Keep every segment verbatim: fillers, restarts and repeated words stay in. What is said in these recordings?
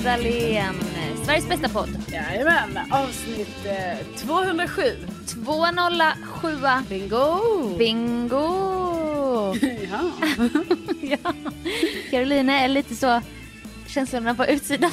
Dahlén. Sveriges bästa podd. Jajamän, avsnitt eh, tvåhundrasju. tvåhundrasju. Bingo! Bingo! Ja. Ja. Carolina är lite så känslorna på utsidan.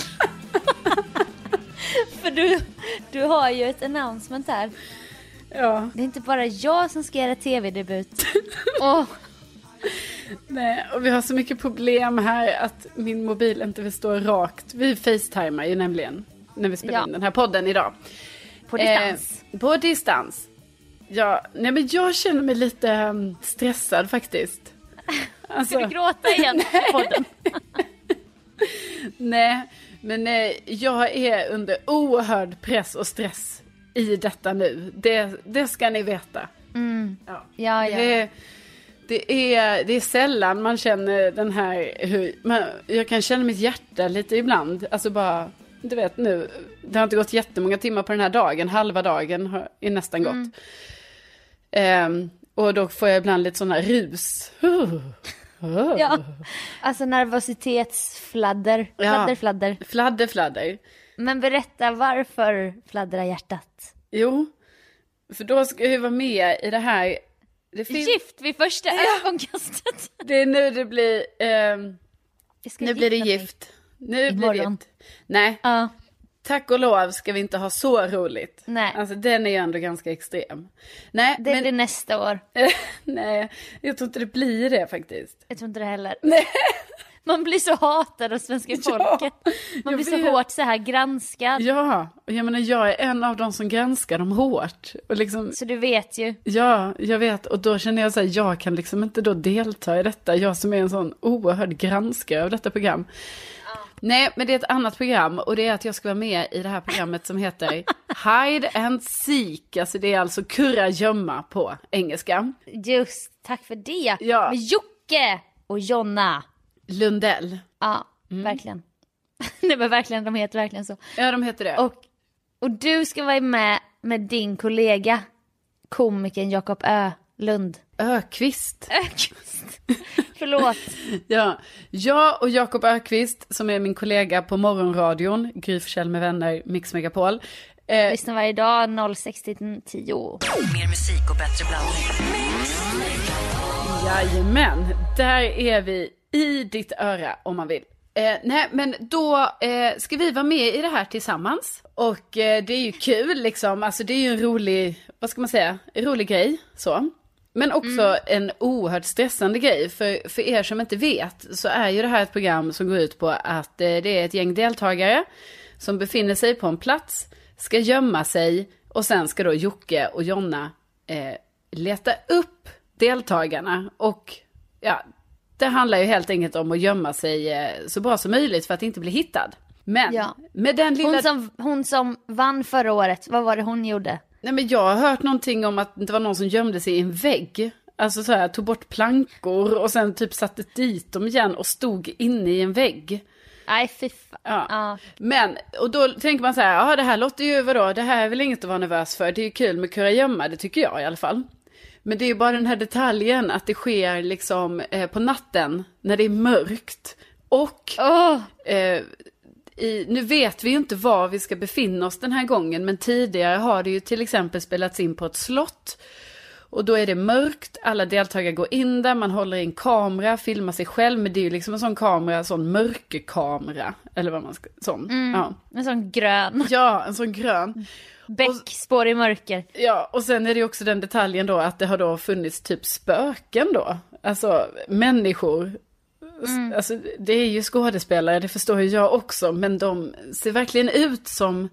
För du, du har ju ett announcement här. Ja. Det är inte bara jag som ska göra tv-debut. oh. Nej, och vi har så mycket problem här att min mobil inte vill stå rakt. Vi facetimar ju nämligen när vi spelar Ja. in den här podden idag. På distans. Eh, på distans. Ja, nej men jag känner mig lite um, stressad faktiskt. Alltså, ska du gråta igen på podden? Nej, men eh, jag är under oerhörd press och stress i detta nu. Det, det ska ni veta. Mm. Ja, Ja, ja. Det, är, det, är, det är sällan man känner den här... Hur, man, jag kan känna mitt hjärta lite ibland. Alltså bara, du vet nu, det har inte gått jättemånga timmar på den här dagen. Halva dagen har, är nästan gått. Mm. Um, och då får jag ibland lite sådana rus. Ja, alltså nervositetsfladder. Ja. Fladder, fladder. Fladder, fladder. Men berätta, varför fladdrar hjärtat? Jo, för då ska jag vara med i det här. Det finns, Gift vid första Ja. ögonkastet. det är nu det blir, ehm, Jag ska nu blir det gifta mig. gift. Nu blir det Imorgon. gift. Nej, Ja, tack och lov ska vi inte ha så roligt. nej. Alltså den är ju ändå ganska extrem. Nej, Det men, blir nästa år. nej, jag tror inte det blir det faktiskt. Jag tror inte det heller. Nej. Man blir så hatad av svenska Ja, folket. Man jag blir så vet. hårt så här granskad. Ja, och jag menar jag är en av de som granskar dem hårt. Och liksom, Så du vet ju. ja, jag vet. Och då känner jag så här, jag kan liksom inte då delta i detta. Jag som är en sån oerhörd granskare av detta program. Nej, men det är ett annat program och det är att jag ska vara med i det här programmet som heter Hide and Seek. Alltså det är alltså kurra gömma på engelska. Just, tack för det. Ja. Med Jocke och Jonna. Lundell. Ja, verkligen. Nej men verkligen, de heter verkligen så. Ja, de heter det. Och, och du ska vara med med din kollega, komikern Jakob Ölund. Ökvist. Ökvist. Förlåt. Ja, jag och Jakob Ökvist som är min kollega på morgonradion, Gry Forssell med vänner, Mix Megapol. Eh, Lyssna varje dag noll sex till tio. Mer musik och bättre blandning. Jajamän, där är vi i ditt öra om man vill. Eh, nej, men då eh, ska vi vara med i det här tillsammans. Och eh, det är ju kul liksom, alltså det är ju en rolig, vad ska man säga, en rolig grej så. Men också mm. en oerhört stressande grej. För, för er som inte vet så är ju det här ett program som går ut på att eh, det är ett gäng deltagare som befinner sig på en plats, ska gömma sig och sen ska då Jocke och Jonna eh, leta upp deltagarna. Och ja, det handlar ju helt enkelt om att gömma sig eh, så bra som möjligt för att inte bli hittad. Men Ja. med den lilla... Hon som, hon som vann förra året, vad var det hon gjorde? Nej, men jag har hört någonting om att det var någon som gömde sig i en vägg. Alltså så här, tog bort plankor och sen typ satte dit dem igen och stod inne i en vägg. Nej, fy fan. Ja. Ja. Men, och då tänker man så här, ja det här låter ju vadå, det här är väl inget att vara nervös för. Det är ju kul med kurragömma, det tycker jag i alla fall. Men det är ju bara den här detaljen att det sker liksom eh, på natten när det är mörkt. Och Åh. eh, i, nu vet vi ju inte var vi ska befinna oss den här gången. Men tidigare har det ju till exempel spelats in på ett slott. Och då är det mörkt, alla deltagare går in där, man håller i en kamera, filmar sig själv. Men det är ju liksom en sån kamera, sån mörkerkamera. Eller vad man ska, sån. Mm, Ja. En sån grön. Ja, en sån grön. Bäckspår i mörker. Ja, och sen är det ju också den detaljen då att det har då funnits typ spöken då. Alltså människor. Mm. Alltså det är ju skådespelare, det förstår ju jag också. Men de ser verkligen ut som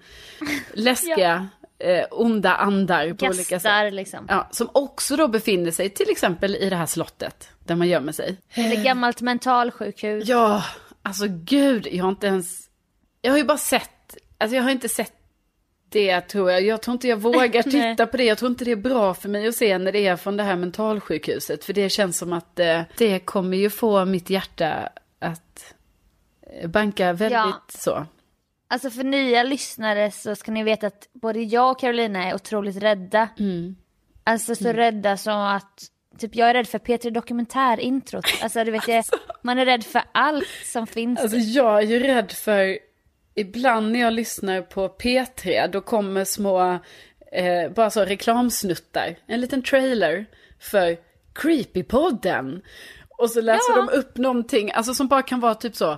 läskiga, ja. eh, onda andar på Gastar, olika sätt. Liksom. Ja, som också då befinner sig till exempel i det här slottet där man gömmer sig. Eller gammalt mentalsjukhus. Ja, alltså gud, jag har inte ens... Jag har ju bara sett... Alltså jag har inte sett det, tror jag. Jag tror inte jag vågar titta på det. Jag tror inte det är bra för mig att se när det är från det här mentalsjukhuset. För det känns som att eh, det kommer ju få mitt hjärta att eh, banka väldigt ja. så. Alltså för nya lyssnare så ska ni veta att både jag och Carolina är otroligt rädda. Mm. Alltså så mm. rädda som att... Typ jag är rädd för P tre Dokumentär-introt. Alltså du vet, jag, man är rädd för allt som finns. Alltså jag är ju rädd för ibland när jag lyssnar på P tre, då kommer små, eh, bara så reklamsnuttar. En liten trailer för Creepypodden. Och så läser Ja. de upp någonting, alltså som bara kan vara typ så.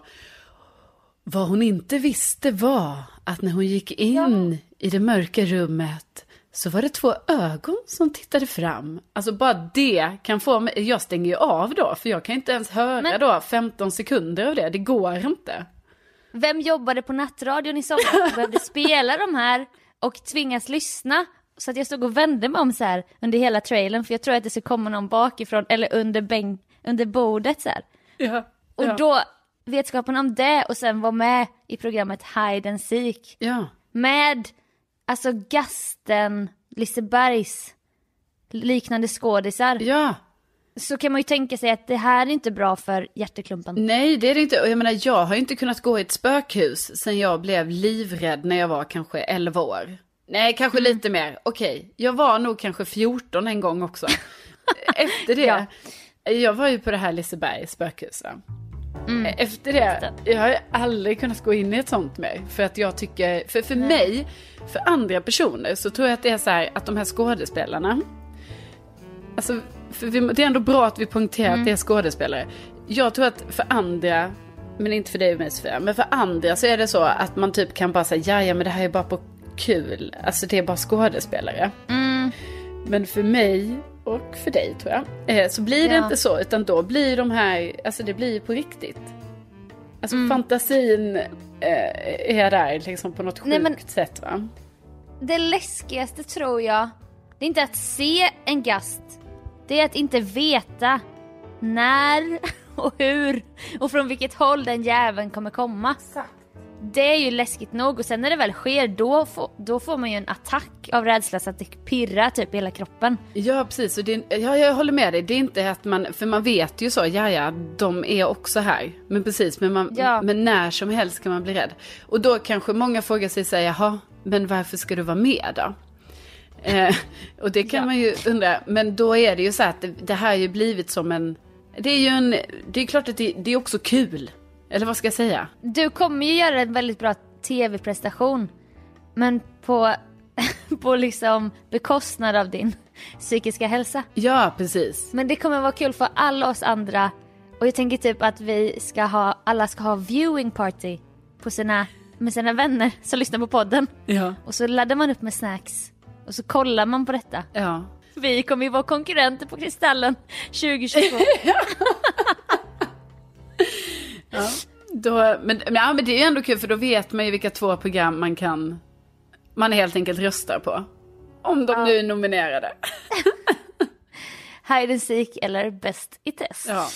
Vad hon inte visste var att när hon gick in ja. i det mörka rummet så var det två ögon som tittade fram. Alltså bara det kan få mig, jag stänger ju av då, för jag kan inte ens höra Men... då femton sekunder av det, det går inte. Vem jobbade på nattradion i sommar och behövde spela de här och tvingas lyssna? Så att jag stod och vände mig om så här under hela trailern, för jag tror att det ska komma någon bakifrån eller under, bänk, under bordet så här. Ja, och ja. då, vetskapen om det och sen var med i programmet Hide and Seek. Ja. Med, alltså Gasten, Lisebergs liknande skådisar. Ja. Så kan man ju tänka sig att det här är inte bra för hjärteklumpen. Nej, det är det inte. Och jag menar, jag har ju inte kunnat gå i ett spökhus sen jag blev livrädd när jag var kanske elva år. Nej, kanske mm. lite mer. Okej, jag var nog kanske fjorton en gång också. Efter det, ja. jag var ju på det här Lisebergs spökhuset. Mm. Efter det, jag har aldrig kunnat gå in i ett sånt mer. För att jag tycker, för, för mig, för andra personer så tror jag att det är så här att de här skådespelarna, alltså, för vi, det är ändå bra att vi poängterar mm. att det är skådespelare. Jag tror att för andra, men inte för dig och mig Sofia, men för andra så är det så att man typ kan bara säga, ja, ja men det här är bara på kul. Alltså det är bara skådespelare. Mm. Men för mig och för dig tror jag, eh, så blir det ja. inte så, utan då blir de här, alltså det blir på riktigt. Alltså mm. fantasin eh, är där liksom på något Nej, sjukt men sätt, va? Det läskigaste tror jag, det är inte att se en gast. Det är att inte veta när och hur och från vilket håll den jäveln kommer komma. Exakt. Det är ju läskigt nog, och sen när det väl sker då, får, då får man ju en attack av rädsla så att det pirrar typ i hela kroppen. Ja, precis. Och det, ja, jag håller med dig. Det är inte att man, för man vet ju så, ja, ja, de är också här. Men precis, men, man, ja. men när som helst kan man bli rädd. Och då kanske många frågar sig, säga, jaha, men varför ska du vara med då? Eh, och det kan ja. man ju undra. Men då är det ju så att det, det här har ju blivit som en, det är ju en, det är klart att det, det är också kul. Eller vad ska jag säga? Du kommer ju göra en väldigt bra tv-prestation. Men på, på liksom bekostnad av din psykiska hälsa. Ja, precis. Men det kommer vara kul för alla oss andra. Och jag tänker typ att vi ska ha, alla ska ha viewing party på sina, med sina vänner som lyssnar på podden. Ja. Och så laddar man upp med snacks. Och så kollar man på detta. Ja. Vi kommer ju vara konkurrenter på Kristallen tjugo tjugotvå. Ja, då, men, ja, men det är ju ändå kul, för då vet man ju vilka två program man kan, man helt enkelt röstar på. Om de ja. nu är nominerade. Hide and Seek eller Bäst i test. Ja.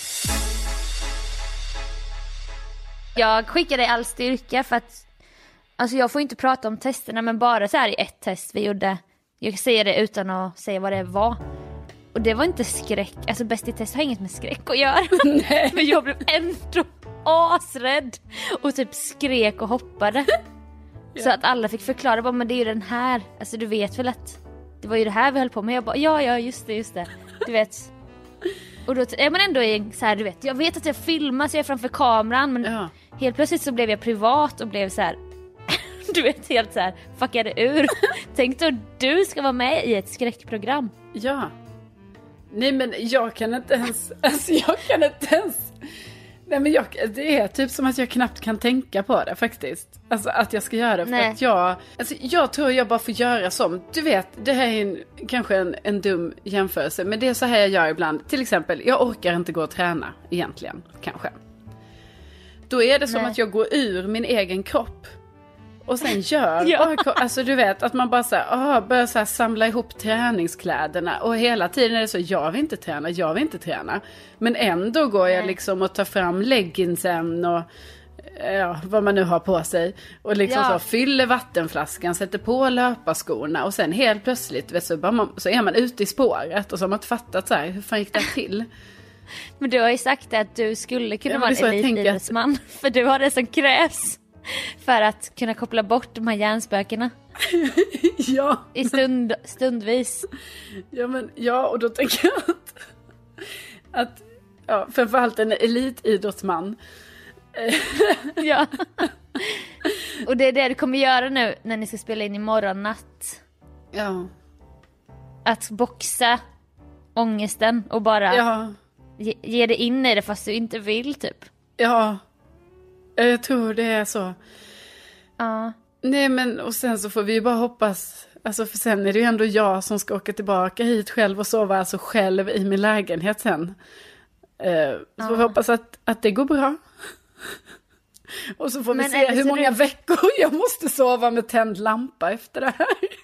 Jag skickar dig all styrka för att, alltså jag får inte prata om testerna, men bara så här i ett test vi gjorde. Jag säger det utan att säga vad det var. Och det var inte skräck. Alltså Bäst i test har inget med skräck att göra. Nej. Men jag blev ändå asrädd. Och typ skrek och hoppade. Ja. Så att alla fick förklara bara, men det är ju den här. Alltså du vet väl att det var ju det här vi höll på med. Jag bara, ja ja just det, just det. Du vet. Och då är man ändå i så här, du vet. Jag vet att jag filmar så jag är framför kameran. Men ja. helt plötsligt så blev jag privat och blev så här. Du vet, helt så här, fuckade ur. Tänk då du ska vara med i ett skräckprogram. Ja. Nej men jag kan inte ens, alltså jag kan inte ens, nej men jag, det är typ som att jag knappt kan tänka på det faktiskt. Alltså att jag ska göra det, för nej. att jag, alltså jag tror jag bara får göra som, du vet, det här är en, kanske en, en dum jämförelse, men det är så här jag gör ibland. Till exempel, jag orkar inte gå och träna egentligen, kanske. Då är det som nej. att jag går ur min egen kropp. Och sen gör, ja. alltså du vet att man bara så här, oh, börjar så här samla ihop träningskläderna. Och hela tiden är det så, jag vill inte träna, jag vill inte träna. Men ändå går jag Nej. liksom och tar fram leggingsen och ja, vad man nu har på sig. Och liksom ja. så fyller vattenflaskan, sätter på löparskorna. Och sen helt plötsligt vet, så, bara man, så är man ute i spåret. Och så har man inte fattat så här, hur fan gick det till? Men du har ju sagt att du skulle kunna ja, vara en elitidrottsman. Att... För du har det som krävs. För att kunna koppla bort de här hjärnspökena. Ja. I stund, stundvis. Ja, men, ja, och då tänker jag att, att ja, framförallt en elitidrottsman. Ja. Och det är det du kommer göra nu när ni ska spela in imorgon natt. Ja. Att boxa ångesten och bara Ja. ge, ge dig in i det fast du inte vill typ. Ja. Jag tror det är så. Ja. Nej men och sen så får vi ju bara hoppas. Alltså för sen är det ju ändå jag som ska åka tillbaka hit själv och sova alltså själv i min lägenhet sen. Uh, så Ja. får vi hoppas att, att det går bra. Och så får vi Men se är det hur så många du- veckor jag måste sova med tänd lampa efter det här.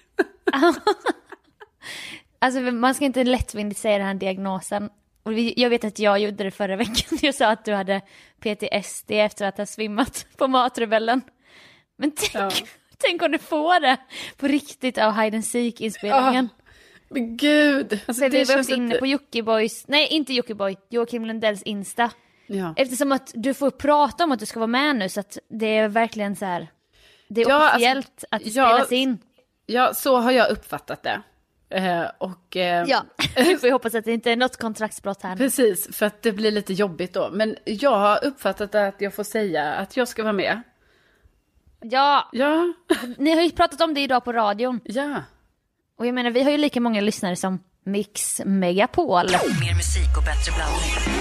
Alltså man ska inte lättvindigt säga den här diagnosen. Och vi- jag vet att jag gjorde det förra veckan. Jag sa att du hade P T S D efter att ha svimmat på Matrebellen. Men tänk, Ja. tänk om du får det på riktigt av Hide and Seek-inspelningen. Men gud. Alltså, Så vi var känns också inne inte- på Jockibois, nej inte Jockiboi, Joakim Lundells Insta. Ja. Eftersom att du får prata om att du ska vara med nu så att det är verkligen så här. Det är Ja, alltså, officiellt att det ja. spelas in. Ja, så har jag uppfattat det. Eh, och, eh, Ja, vi får ju hoppas att det inte är något kontraktsbrott här. Precis, för att det blir lite jobbigt då. Men jag har uppfattat att jag får säga att jag ska vara med. Ja, Ja, ni har ju pratat om det idag på radion. ja. Och jag menar, vi har ju lika många lyssnare som Mix Megapol. Mer musik och bättre blandning.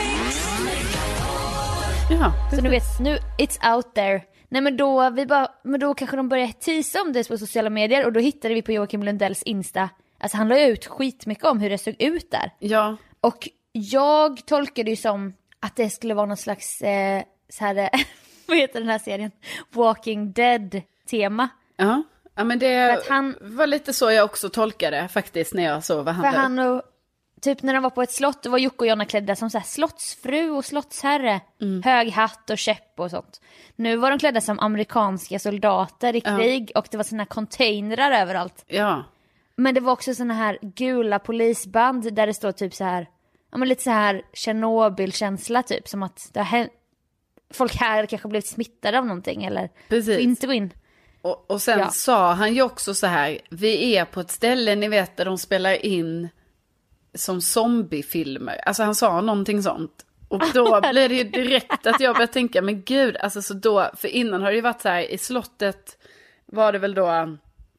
Ja, Så nu vet, nu, it's out there. Nej men då, vi bara, men då kanske de börjar tisa om det på sociala medier. Och då hittade vi på Joakim Lundells Insta. Alltså han la ju ut skitmycket om hur det såg ut där. ja. Och jag tolkade ju som att det skulle vara någon slags, eh, så här, eh, vad heter den här serien? Walking Dead-tema. Ja, ja men det För att han- var lite så jag också tolkade faktiskt när jag såg vad han För la ut. han och, typ när de var på ett slott, då var Jocke och Jonna klädda som så här slottsfru och slottsherre. Mm. Hög hatt och käpp och sånt. Nu var de klädda som amerikanska soldater i krig och det var såna här containrar överallt. Ja, Men det var också såna här gula polisband där det står typ så här, ja men lite så här Tjernobyl-känsla typ, som att det har hänt, folk här kanske blivit smittade av någonting eller Precis. får inte gå in. och, och sen Ja. sa han ju också så här, vi är på ett ställe ni vet där de spelar in som zombiefilmer. Alltså han sa någonting sånt. Och då blev det ju direkt att jag började tänka, men gud, alltså så då, för innan har det ju varit så här, i slottet var det väl då,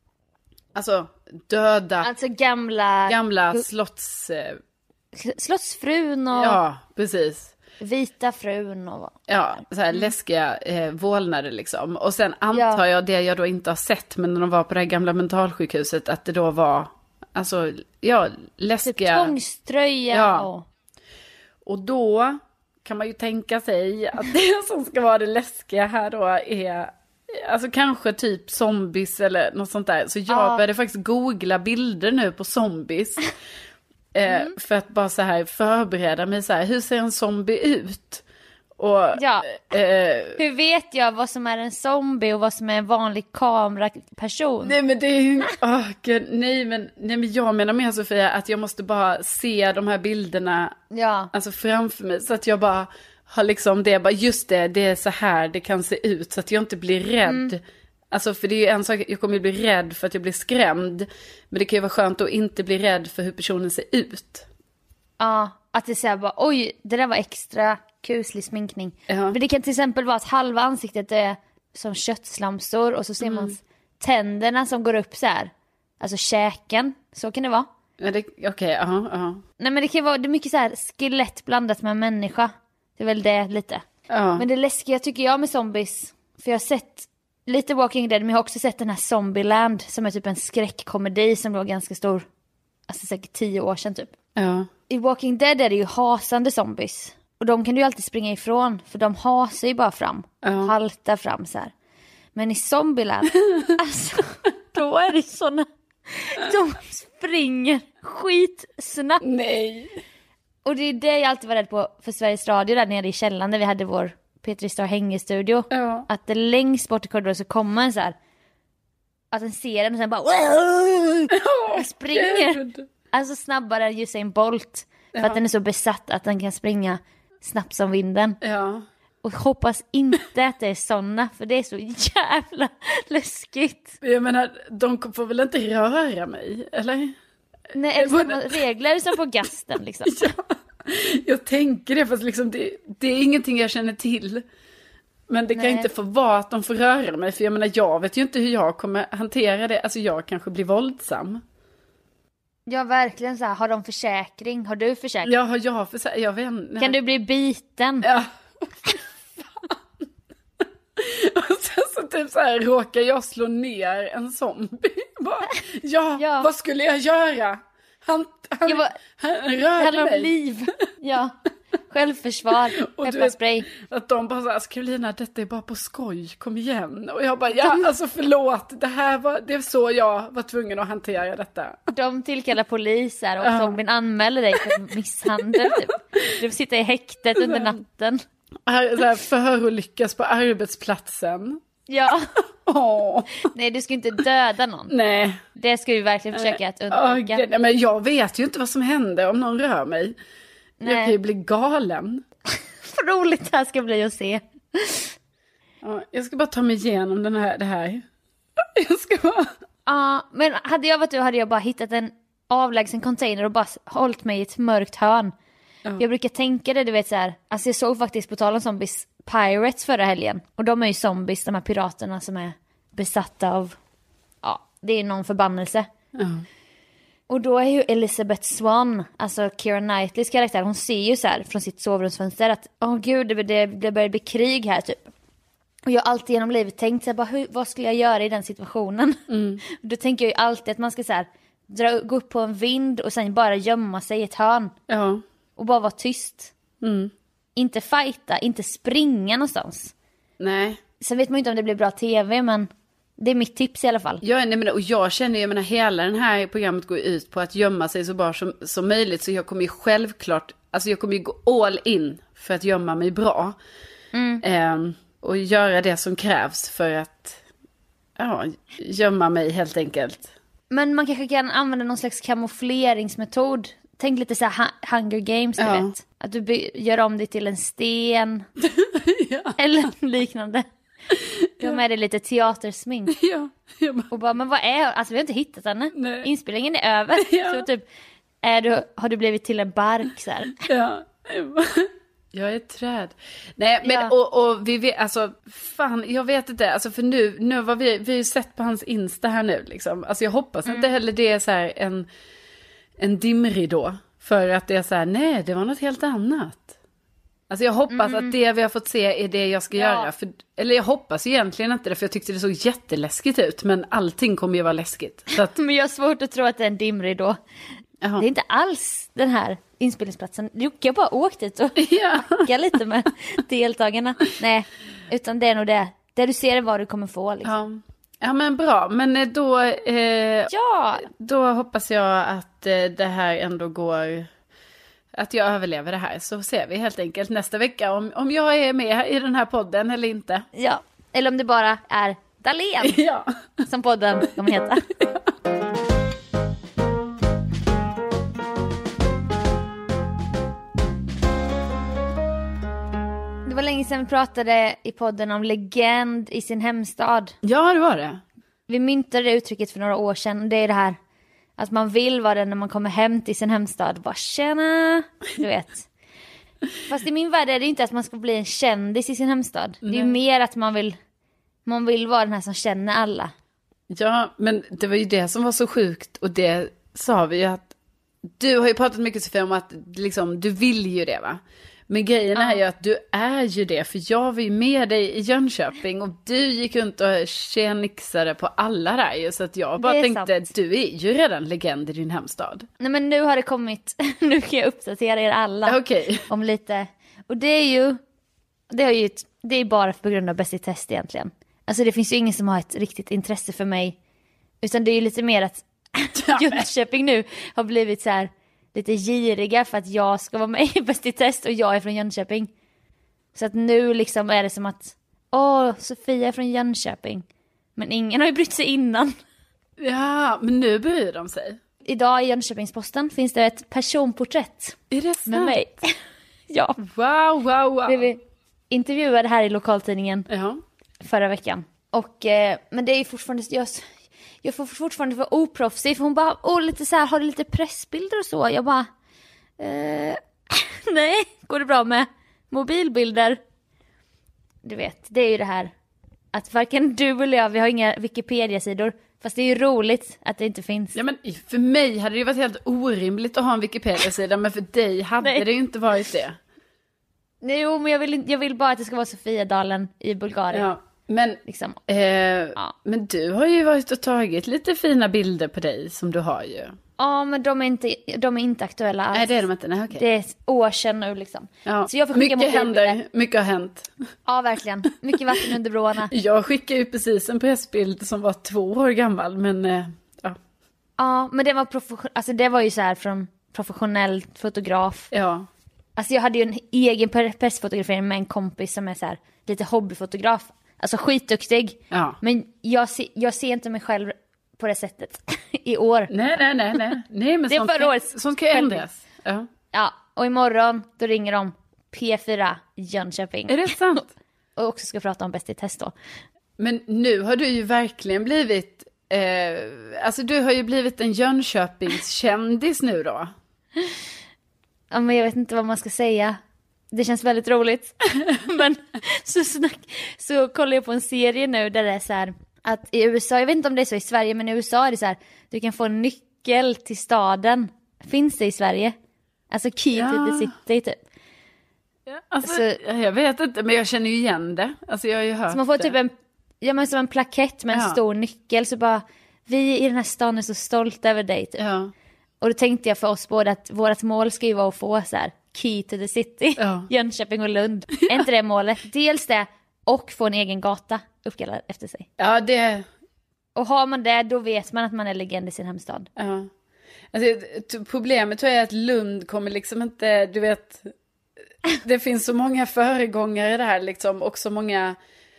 alltså döda, Alltså gamla, gamla slotts, eh, slottsfrun och ja, precis. vita frun och Ja, så här läskiga eh, vålnader liksom. Och sen antar jag det jag då inte har sett, men när de var på det här gamla mentalsjukhuset, att det då var, alltså, ja, typ läskiga. tvångströja Ja. och Och då kan man ju tänka sig att det som ska vara det läskiga här då är, alltså kanske typ zombies eller något sånt där. Så jag Ja. började faktiskt googla bilder nu på zombies. eh, för att bara så här förbereda mig så här, hur ser en zombie ut? Och, Ja. eh, hur vet jag vad som är en zombie och vad som är en vanlig kameraperson? nej men det är ju, åh gud, nej men, nej men jag menar mer Sofia att jag måste bara se de här bilderna Ja, alltså framför mig, så att jag bara har liksom det, bara just det, det är så här det kan se ut, så att jag inte blir rädd. Mm. Alltså för det är ju en sak, jag kommer ju bli rädd för att jag blir skrämd, men det kan ju vara skönt att inte bli rädd för hur personen ser ut. ja, att det säger bara oj, det där var extra kuslig sminkning. Ja. Men det kan till exempel vara att halva ansiktet är som köttslamsor och så ser man Mm. tänderna som går upp så här. Alltså käken, så kan det vara. Ja, det, okej, ja, ja. Nej men det kan vara, det är mycket så här skelett blandat med människa. Det är väl det lite. Ja. Men det läskiga tycker jag med zombies, för jag har sett lite Walking Dead, men jag har också sett den här Zombieland som är typ en skräckkomedi som var ganska stor, alltså säkert tio år sedan typ. Ja. I Walking Dead är det ju hasande zombies. Och de kan du ju alltid springa ifrån, för de hasar ju bara fram. Ja. Haltar fram så här. Men i Zombieland, alltså, då är det såna, de springer skitsnabbt. Nej. Och det är det jag alltid var rädd på för Sveriges Radio där nere i källaren där vi hade vår P tre Star hängestudio. Ja. Att det längst bort i korridoren så kommer en så här, att den ser den och sen bara och springer. Gud. Alltså snabbare än Usain Bolt. För Ja. att den är så besatt att den kan springa snabbt som vinden. Ja. Och hoppas inte att det är såna, för det är så jävla läskigt. Jag menar, de får väl inte röra mig, eller? Nej, är det samma regler som på gasten liksom? Ja, jag tänker det, fast liksom det, det är ingenting jag känner till. Men det kan Nej. inte få vara att de får röra mig. För jag menar, jag vet ju inte hur jag kommer hantera det. Alltså jag kanske blir våldsam. Ja, verkligen så här. Har de försäkring? Har du försäkring? Ja, har jag för jag vet inte. Kan du bli biten? Ja. Och sen så typ så här råkar jag slå ner en zombie. Bara, ja, Ja. vad skulle jag göra? Han, han, Jag bara- han Det rörde handlar om mig. liv. Ja. Självförsvar. Och du vet, Pepparspray. att de bara så här, Karolina, detta är bara på skoj, kom igen. Och jag bara, ja alltså förlåt, det här var, det är så jag var tvungen att hantera detta. De tillkallar poliser och Ja. zombien anmäler dig för misshandel. Typ. Du får sitta i häktet under natten. Här, så här, förolyckas på arbetsplatsen. Ja. Åh, Nej, du ska inte döda någon. nej. Det ska vi verkligen försöka att Åh, undvika. gud, nej, men jag vet ju inte vad som händer om någon rör mig. Jag Nej. kan ju bli galen. Vad roligt det här ska bli att se. Ja, jag ska bara ta mig igenom den här, det här. Jag ska bara... Ja, men hade jag varit du hade jag bara hittat en avlägsen container och bara hållit mig i ett mörkt hörn. Ja. Jag brukar tänka det, du vet så här. Alltså jag såg faktiskt på tal om zombies Pirates förra helgen. Och de är ju zombies, de här piraterna som är besatta av, ja, det är någon förbannelse. Ja. Och då är ju Elizabeth Swann, alltså Keira Knightleys karaktär, hon ser ju så här från sitt sovrumsfönster att åh gud, det, det, det börjar bli krig här typ. Och jag har alltid genom livet tänkt så här, bara, hur, vad skulle jag göra i den situationen? Mm. Då tänker jag ju alltid att man ska så här, dra, gå upp på en vind och sen bara gömma sig i ett hörn. Ja. Och bara vara tyst. Mm. Inte fighta, inte springa någonstans. Nej. Sen vet man ju inte om det blir bra tv, men det är mitt tips i alla fall. Ja, nej, men, och jag känner, jag menar, hela den här programmet går ut på att gömma sig så bra som, som möjligt. Så jag kommer ju självklart, alltså jag kommer ju gå all in för att gömma mig bra. Mm. Ehm, och göra det som krävs för att, ja, gömma mig helt enkelt. Men man kanske kan använda någon slags kamoufleringsmetod. Tänk lite så här hu- Hunger Games, du Ja. vet. Att du by- gör om det till en sten. Ja. Eller liknande. Du har med dig lite teatersmink. Ja. Jag bara, Och bara, men vad är, alltså vi har inte hittat henne. Nej. Inspelningen är över. Ja. Så typ, är du, har du blivit till en bark så här? ja. Jag bara, jag är ett träd. Nej, men Ja. och, och vi vet, alltså fan, jag vet inte, alltså för nu, nu var vi, vi har ju sett på hans Insta här nu liksom. Alltså jag hoppas Mm. inte heller det är så här en, en dimridå. För att det är så här, nej, det var något helt annat. Alltså jag hoppas att det vi har fått se är det jag ska Ja. göra. För, eller jag hoppas egentligen inte det, för jag tyckte det såg jätteläskigt ut. Men allting kommer ju vara läskigt. Så att, Men jag har svårt att tro att det är en dimridå. jaha. Det är inte alls den här inspelningsplatsen. Jocke bara åkt dit och Ja. hacka lite med deltagarna. Nej, utan det är nog det. Det du ser är vad du kommer få liksom. Ja. Ja men bra, men eh, då, eh, Ja, då hoppas jag att eh, det här ändå går, att jag överlever det här. Så ser vi helt enkelt nästa vecka om, om jag är med i den här podden eller inte. ja. Eller om det bara är Dahlén Ja. som podden kommer heta. Det var länge sedan vi pratade i podden om legend i sin hemstad. Ja, det var det. Vi myntade det uttrycket för några år sedan. Det är det här att man vill vara den när man kommer hem till sin hemstad. Bara tjena, du vet. Fast i min värld är det inte att man ska bli en kändis i sin hemstad. Det är ju mer att man vill, man vill vara den här som känner alla. Ja, men det var ju det som var så sjukt. Och det sa vi ju att, du har ju pratat mycket Sofia om att liksom, du vill ju det va? Men grejen är ju att du är ju det. För jag var ju med dig i Jönköping och du gick runt och tjenixade på alla där ju. Så att jag bara Det är tänkte, sant. du är ju redan legend i din hemstad. Nej men nu har det kommit, nu kan jag uppdatera er alla Okej. om lite. Och det är ju, det är ju, det är bara på grund av Bäst i test egentligen. Alltså det finns ju ingen som har ett riktigt intresse för mig. Utan det är ju lite mer att Jönköping nu har blivit så här lite giriga för att jag ska vara med i Bäst i test och jag är från Jönköping. Så att nu liksom är det som att åh, Sofia är från Jönköping. Men ingen har ju brytt sig innan. Ja, men nu bryr de sig. Idag i Jönköpingsposten finns det ett personporträtt Är det sant? med mig. Ja, Wow, wow, wow. det vi intervjuade här i lokaltidningen Ja. förra veckan. Och, eh, men det är ju fortfarande, jag, jag får fortfarande vara oproffsig. För hon bara, åh lite så här, har du lite pressbilder och så? Jag bara, eh, nej, går det bra med mobilbilder? du vet, det är ju det här att varken du eller jag, vi har inga Wikipedia-sidor. Fast det är ju roligt att det inte finns. Ja, men för mig hade det ju varit helt orimligt att ha en Wikipedia-sida, men för dig hade Nej. det ju inte varit det. Nej, jo, men jag vill, jag vill bara att det ska vara Sofiadalen i Bulgarien. Ja, men, Liksom. eh, Ja. men du har ju varit och tagit lite fina bilder på dig som du har ju. Ja, men de är inte, de är inte aktuella alls. Nej, det är de inte. Nej, okej. Det är år sedan nu liksom. Ja. Så jag får skicka Mycket mobilbilder. händer, mycket har hänt. Ja, verkligen. Mycket vatten under broarna. Jag skickade ju precis en pressbild som var två år gammal, men eh, ja. Ja, men det var, profession- alltså, det var ju så här från professionell fotograf. Ja. Alltså jag hade ju en egen pressfotografering med en kompis som är så här lite hobbyfotograf. Alltså skitduktig. Ja. Men jag, se, jag ser inte mig själv på det sättet i år. Nej, nej, nej, nej. Nej, men Det är sånt, förra kan, årets sånt kan ju ändras. Ja. Ja, och imorgon då ringer de P fyra Jönköping. Är det sant? Och också ska prata om Bäst i test då. Men nu har du ju verkligen blivit, eh, alltså du har ju blivit en Jönköpingskändis nu då. Ja, men jag vet inte vad man ska säga. Det känns väldigt roligt. Men så, snack, så kollar jag på en serie nu där det är så här att i U S A, jag vet inte om det är så i Sverige, men i U S A är det så här, du kan få en nyckel till staden. Finns det i Sverige? Alltså key Ja. to the city typ. Alltså, Så- jag vet inte, men jag känner ju igen det. Alltså jag har ju hört Så man får det. typ en, ja, men som en plakett med en Ja. stor nyckel, så bara, vi i den här stan är så stolta över dig typ. Ja. Och då tänkte jag för oss båda att vårt mål ska ju vara att få så här key to the city, Ja. Jönköping och Lund. Är inte det målet? Dels det, och få en egen gata uppkallad efter sig. Ja, det... Och har man det, då vet man att man är legend i sin hemstad. Ja. Alltså, t- problemet tror jag är att Lund kommer liksom inte, du vet, det finns så många föregångare där liksom, och så många,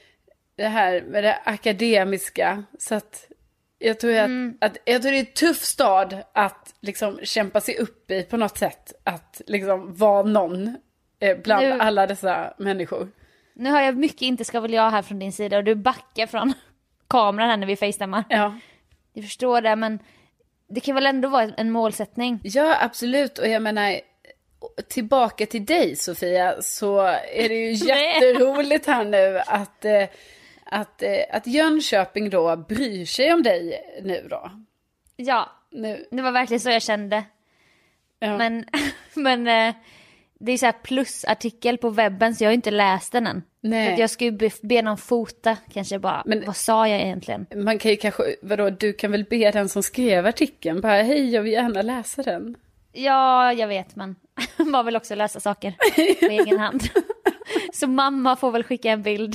det här med det akademiska, så att jag tror att, Mm. att jag tror det är en tuff stad att liksom kämpa sig upp i på något sätt, att liksom vara någon eh, bland Nu- alla dessa människor. Nu har jag mycket inte ska väl jag här från din sida, och du backar från kameran här när vi facetammar. Ja. Jag förstår det, men det kan väl ändå vara en målsättning. Ja, absolut. Och jag menar, tillbaka till dig Sofia, så är det ju Nej. jätteroligt här nu att, eh, att, eh, att Jönköping då bryr sig om dig nu då. Ja, Nu. det var verkligen så jag kände. Ja. Men, men eh, det är så här plusartikel på webben, så jag har inte läst den än. Nej. Så att jag ska ju be, be någon fota kanske bara. Men- vad sa jag egentligen? Man kan ju kanske, vadå, du kan väl be den som skrev artikeln, bara hej, jag vill gärna läsa den. Ja, jag vet, men man vill också läsa saker på egen hand. Så mamma får väl skicka en bild.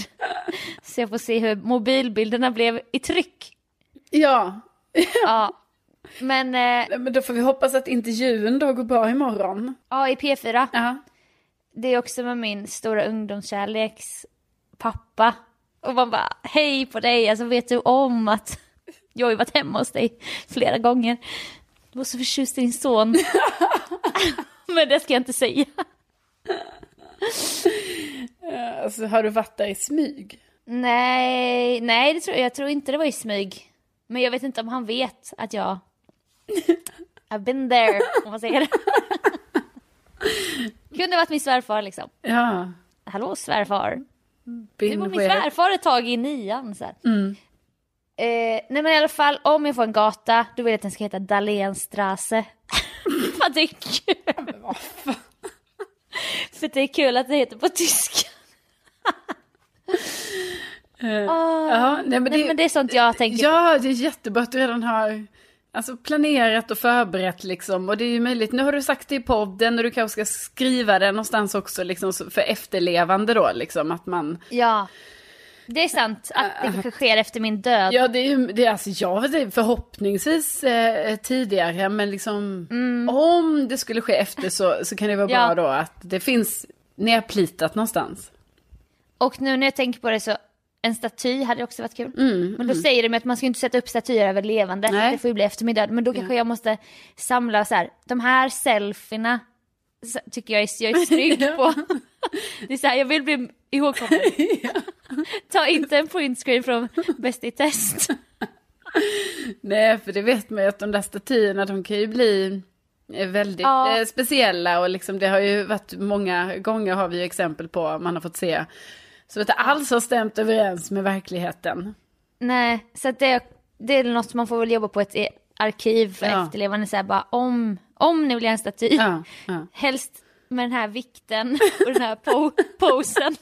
Så jag får se hur mobilbilderna blev i tryck. Ja, Ja, men eh, men då får vi hoppas att intervjun då går bra imorgon. ja, i P fyra. Ja. Det är också med min stora ungdomskärleks pappa. Och man bara, hej på dig, alltså vet du om att jag har ju varit hemma hos dig flera gånger. Du var så förtjust i din son. Men det ska jag inte säga. Alltså, har du varit där i smyg? Nej, nej det tror jag, jag tror inte det var i smyg. Men jag vet inte om han vet att jag I've been there, om man säger det. Kunde varit min svärfar liksom. Ja. Hallå svärfar. Du Been var min where? svärfar ett tag i nian så här. Mm. Eh, nej men i alla fall, om jag får en gata, då vill jag att den ska heta Dahlénstrasse. För att det är kul. För det är kul att det heter på tyska. Eh, Åh, ja, nej, men nej det, men det är sånt jag tänker. Ja, det är jättebra att du redan har alltså, planerat och förberett liksom. Och det är ju möjligt, nu har du sagt det i podden och du kanske ska skriva det någonstans också liksom, för efterlevande då liksom, att man... Ja, det är sant att det kanske sker efter min död. Ja, det är ju, det är, alltså, jag vet inte, förhoppningsvis eh, tidigare, men liksom om det skulle ske efter så, så kan det vara Ja. bra då att det finns nerplitat någonstans. Och nu när jag tänker på det så, en staty hade också varit kul. Mm, Men då säger de att man ska inte sätta upp statyer över levande. Nej. Det får ju bli efter min död. Men då kanske jag måste samla så här, de här selfierna så tycker jag är, jag är snygg på. Det är så här, jag vill bli ihågkommen. Ta inte en printscreen från Bäst i test. Nej, för det vet man ju att de där statyerna, de kan ju bli eh, väldigt Ja. eh, speciella och liksom det har ju varit många gånger har vi ju exempel på, man har fått se Så att det alls har stämt överens med verkligheten. Nej, så att det, det är något man får väl jobba på ett arkiv för Ja. efterlevande. Så här, bara om, om ni vill göra en staty, Ja, ja. helst med den här vikten och den här po- posen.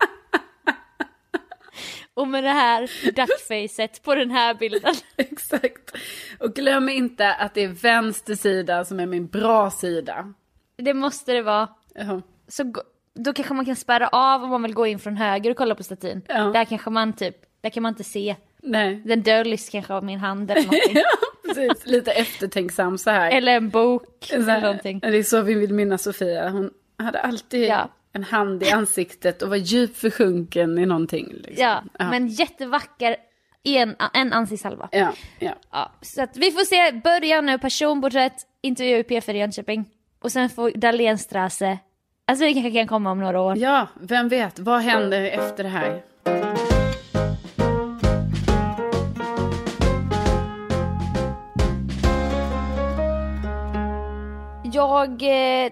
Och med det här duckfacet på den här bilden. Exakt. Och glöm inte att det är vänster sida som är min bra sida. Det måste det vara. Ja. Så gå- då kanske man kan spärra av om man vill gå in från höger och kolla på statyn. Ja. Där kanske man typ, där kan man inte se. Nej. Den döljs kanske av min hand eller någonting. Ja, precis. Lite eftertänksam så här. Eller en bok Så eller här. någonting. Det är så vi vill minnas Sofia. Hon hade alltid Ja. en hand i ansiktet och var djupt försjunken i någonting. Liksom. Ja, Ja. men jättevacker en, en ansiktshalva. Ja, ja. Ja, så att vi får se, börja nu, personporträtt, intervju i P fyra i Jönköping. Och sen får Dahlénstrasse, alltså det kanske kan komma om några år. Ja, vem vet, vad händer efter det här? Jag eh,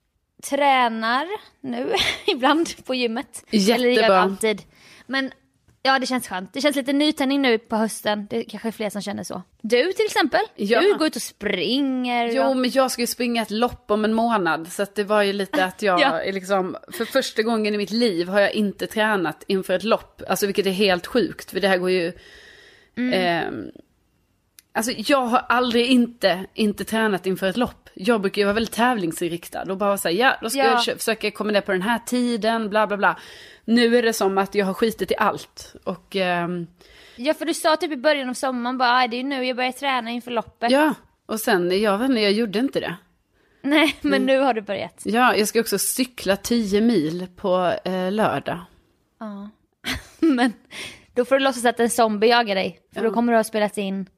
tränar nu ibland på gymmet. Eller det gör jag Jättebra. alltid. Men ja, det känns skönt. Det känns lite nytändning nu på hösten. Det är kanske är fler som känner så. Du till exempel, Ja. du går ut och springer. Jo, och... men jag ska ju springa ett lopp om en månad. Så att det var ju lite att jag Ja. är liksom, för första gången i mitt liv har jag inte tränat inför ett lopp. Alltså vilket är helt sjukt, för det här går ju... Mm. Eh, alltså jag har aldrig inte, inte tränat inför ett lopp. Jag brukar ju vara väldigt tävlingsinriktad och bara säga, ja, då ska Ja. jag kö- försöka komma ner på den här tiden, bla bla bla. Nu är det som att jag har skitit i allt. Och ehm, Ja, för du sa typ i början av sommaren bara, "Aj, det är nu jag börjar träna inför loppet." ja, och sen, jag vet inte, jag gjorde inte det. Nej, men nu har du börjat. Ja, jag ska också cykla tio mil på eh, lördag. Ja. Men då får du låtsas att en zombie jagar dig. För Ja. då kommer du ha spelat in.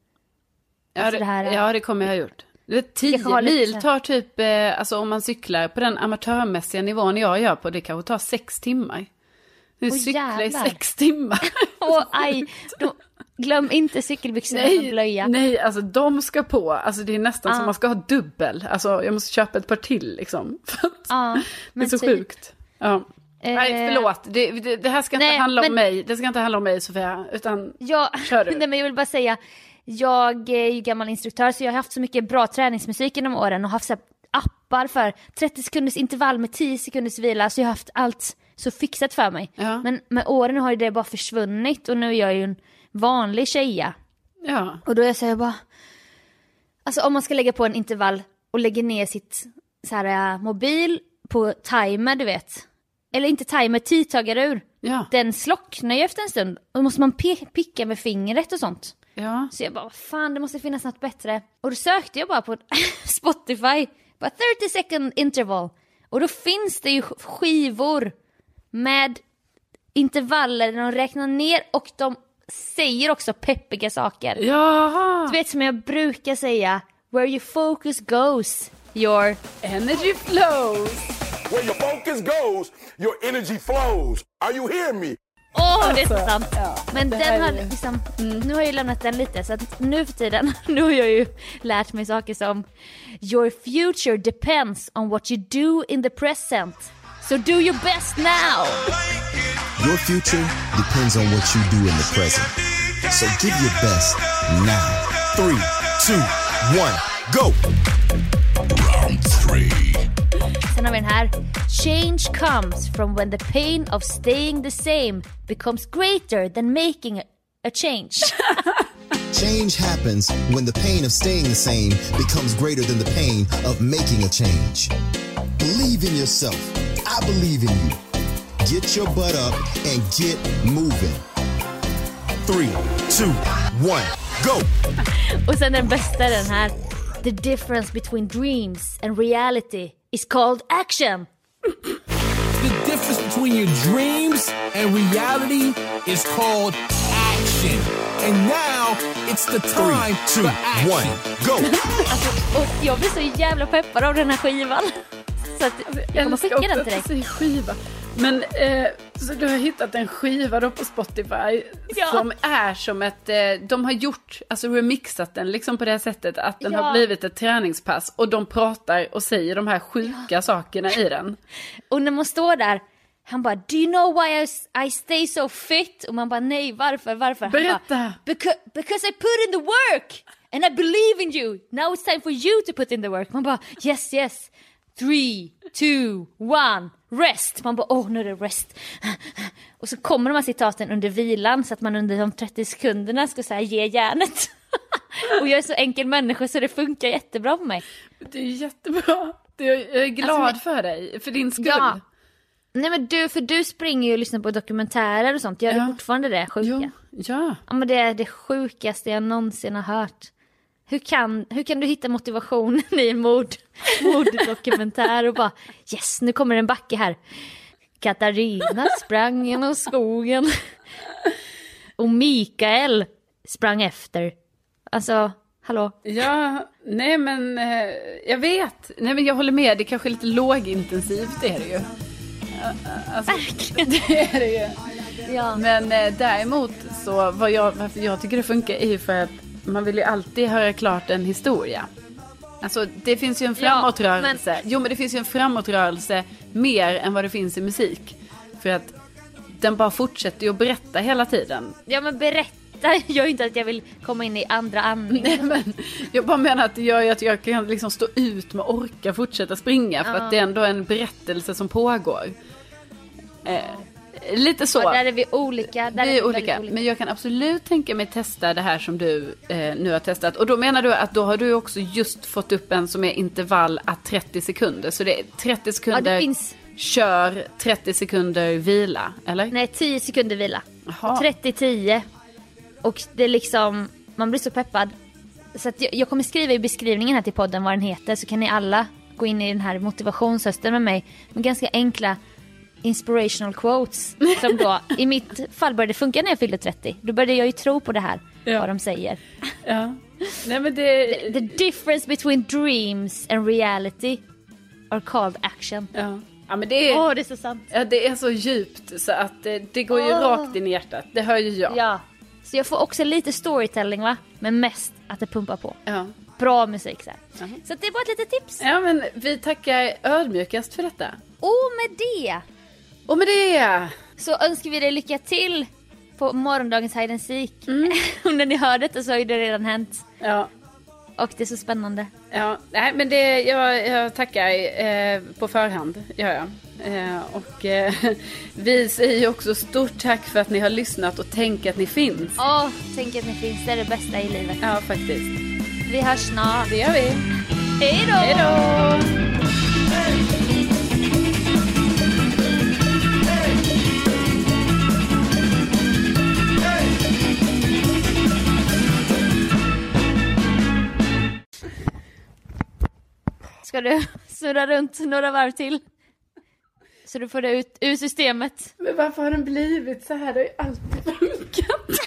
Ja, Alltså det, det här är- ja, det kommer jag ha gjort. Det, tio kanske har lite mil så- tar typ, eh, alltså om man cyklar på den amatörmässiga nivån jag gör på, det kanske tar sex timmar. Nu Åh, cyklar i jävlar. sex timmar. Åh, aj. Då, glöm inte cykelbyxorna som nej, blöja. nej, alltså de ska på. Alltså det är nästan Ah. som man ska ha dubbel. Alltså jag måste köpa ett par till liksom. För att Ja, det är men så typ. sjukt. Ja. Eh, Nej, förlåt. Det, det, det här ska inte nej, handla om men- mig. Det ska inte handla om mig, Sofia. Utan Ja, Kör du. nej, men jag vill bara säga, jag är ju gammal instruktör så jag har haft så mycket bra träningsmusik genom åren och haft så här appar för trettio sekunders intervall med tio sekunders vila, så jag har haft allt så fixat för mig. Ja. Men med åren har ju det bara försvunnit och nu är jag ju en vanlig tjeja. ja. Och då är jag så här bara, alltså om man ska lägga på en intervall och lägga ner sitt så här, äh, mobil på timer, du vet. Eller inte timer, tidtagarur. Ja. Den slocknar ju efter en stund. Och då måste man pe- picka med fingret och sånt. Ja. Så jag bara, vad fan, det måste finnas något bättre. Och då sökte jag bara på Spotify, bara thirty second interval. Och då finns det ju skivor med intervaller där de räknar ner och de säger också peppiga saker. Jaha. Du vet som jag brukar säga, where your focus goes, your... Energy flows. Where your focus goes, your energy flows. Are you hearing me? Åh, det är så Alltså, sant. ja, Men det den här har är- liksom, nu har jag ju lämnat den lite, så att nu för tiden, nu har jag ju lärt mig saker som your future depends on what you do in the present. So do your best now. Your future depends on what you do in the present. So give your best now. Three, two, one, go! Round three. Sen har vi den här. Change comes from when the pain of staying the same becomes greater than making a, a change. Change happens when the pain of staying the same becomes greater than the pain of making a change. Believe in yourself. I believe in you. Get your butt up and get moving. Three, two, one, go! Och sen den bästa är den här. The difference between dreams and reality is called action. The difference between your dreams and reality is called action. And now it's the time Two, for action. one, go! Alltså, och jag blir så jävla peppad av den här skivan. Så att jag kommer skicka den till dig. dig. Skiva. Men eh, så du har hittat en skiva då på Spotify Ja. som är som ett, eh, de har gjort, alltså remixat den liksom på det här sättet att den Ja. har blivit ett träningspass och de pratar och säger de här sjuka sakerna i den. Och när man står där, Han bara, do you know why I, I stay so fit? Och man bara, nej, varför, varför? Han Berätta. Bara, because, because I put in the work and I believe in you. Now it's time for you to put in the work. Man bara, yes, yes. Three, two, one, rest. Man bara, åh, oh, nu är det rest. Och så kommer de här citaten under vilan så att man under de trettio sekunderna ska säga ge järnet. Och jag är så enkel människa så det funkar jättebra på mig. Det är jättebra. Jag är glad alltså, för dig, för din skull. Ja. Nej men du, för du springer ju och lyssnar på dokumentärer och sånt. Gör ja. du fortfarande det sjuka? Jo. Ja. Ja men det är det sjukaste jag någonsin har hört. Hur kan, hur kan du hitta motivation i en mord, morddokumentär och bara yes, nu kommer en backe här. Katarina sprang genom skogen. Och Mikael sprang efter. Alltså, hallå? Ja, nej men eh, jag vet. Nej men jag håller med, det är kanske lite lågintensivt, det är det ju. Alltså, det är det ju. Ja. Men eh, däremot så, vad jag, varför jag tycker det funkar är ju för att man vill ju alltid höra klart en historia. Alltså det finns ju en framåtrörelse. Ja, men... Jo men det finns ju en framåtrörelse mer än vad det finns i musik. För att den bara fortsätter ju att berätta hela tiden. Ja men berätta gör ju inte att jag vill komma in i andra andning. Nej men jag bara menar att det gör ju att jag kan liksom stå ut med orka fortsätta springa. För uh. att det är ändå en berättelse som pågår. Eh, lite så. Ja, där är vi olika. Där vi är, är vi olika. olika. Men jag kan absolut tänka mig testa det här som du eh, nu har testat. Och då menar du att då har du också just fått upp en som är intervall att trettio sekunder. Så det är trettio sekunder, ja, det finns... kör, trettio sekunder vila, eller? Nej, tio sekunder vila. Aha. trettio tio. Och det är liksom, man blir så peppad. Så att jag, jag kommer skriva i beskrivningen här till podden vad den heter. Så kan ni alla gå in i den här motivationshösten med mig. Med ganska enkla inspirational quotes. Som då, i mitt fall började det funka när jag fyllde trettio. Då började jag ju tro på det här, ja. Vad de säger. Ja. Nej, men det... the, the difference between dreams and reality are called action. Ja. Ja, men det är, oh, det är så sant. Ja, det är så djupt så att det, det går ju oh. rakt in i hjärtat. Det hör ju jag. Ja. Så jag får också lite storytelling, va? Men mest att det pumpar på. Ja. Bra musik så här. Uh-huh. Så det är bara ett litet tips. Ja, men vi tackar ödmjukast för detta. Och med det. Och med det. Så önskar vi dig lycka till på morgondagens Hide and Seek. Mm. Och när ni hör det så har det redan hänt. Ja. Och det är så spännande. Ja, nej, men det, jag, jag tackar eh, på förhand, gör jag. Eh, och eh, vi säger också stort tack för att ni har lyssnat och tänk att ni finns. Åh, oh, tänk att ni finns, det är det bästa i livet. Ja, faktiskt. Vi hörs snart. Det gör vi. Hej då! Hej då! Ska du snurra runt några varv till? Så du får det ut ur systemet. Men varför har den blivit så här? Det har ju alltid funkat.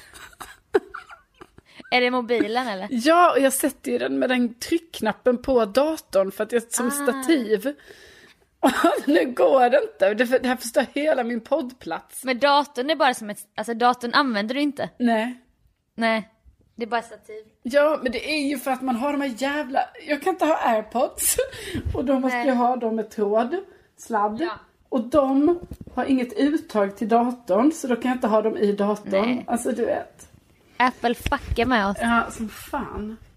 Är det mobilen eller? Ja, och jag sätter ju den med den tryckknappen på datorn för att jag som ah. stativ. Och nu går det inte. Det, det här förstör hela min poddplats. Men datorn är bara som ett... Alltså datorn använder du inte. Nej. Nej. Det är bara stativ. Ja, men det är ju för att man har de här jävla... Jag kan inte ha AirPods. Och då måste Nej. jag ha dem med tråd. Sladd. Ja. Och de har inget uttag till datorn. Så då kan jag inte ha dem i datorn. Nej. Alltså du vet. Apple fuckar med oss. Ja, som fan.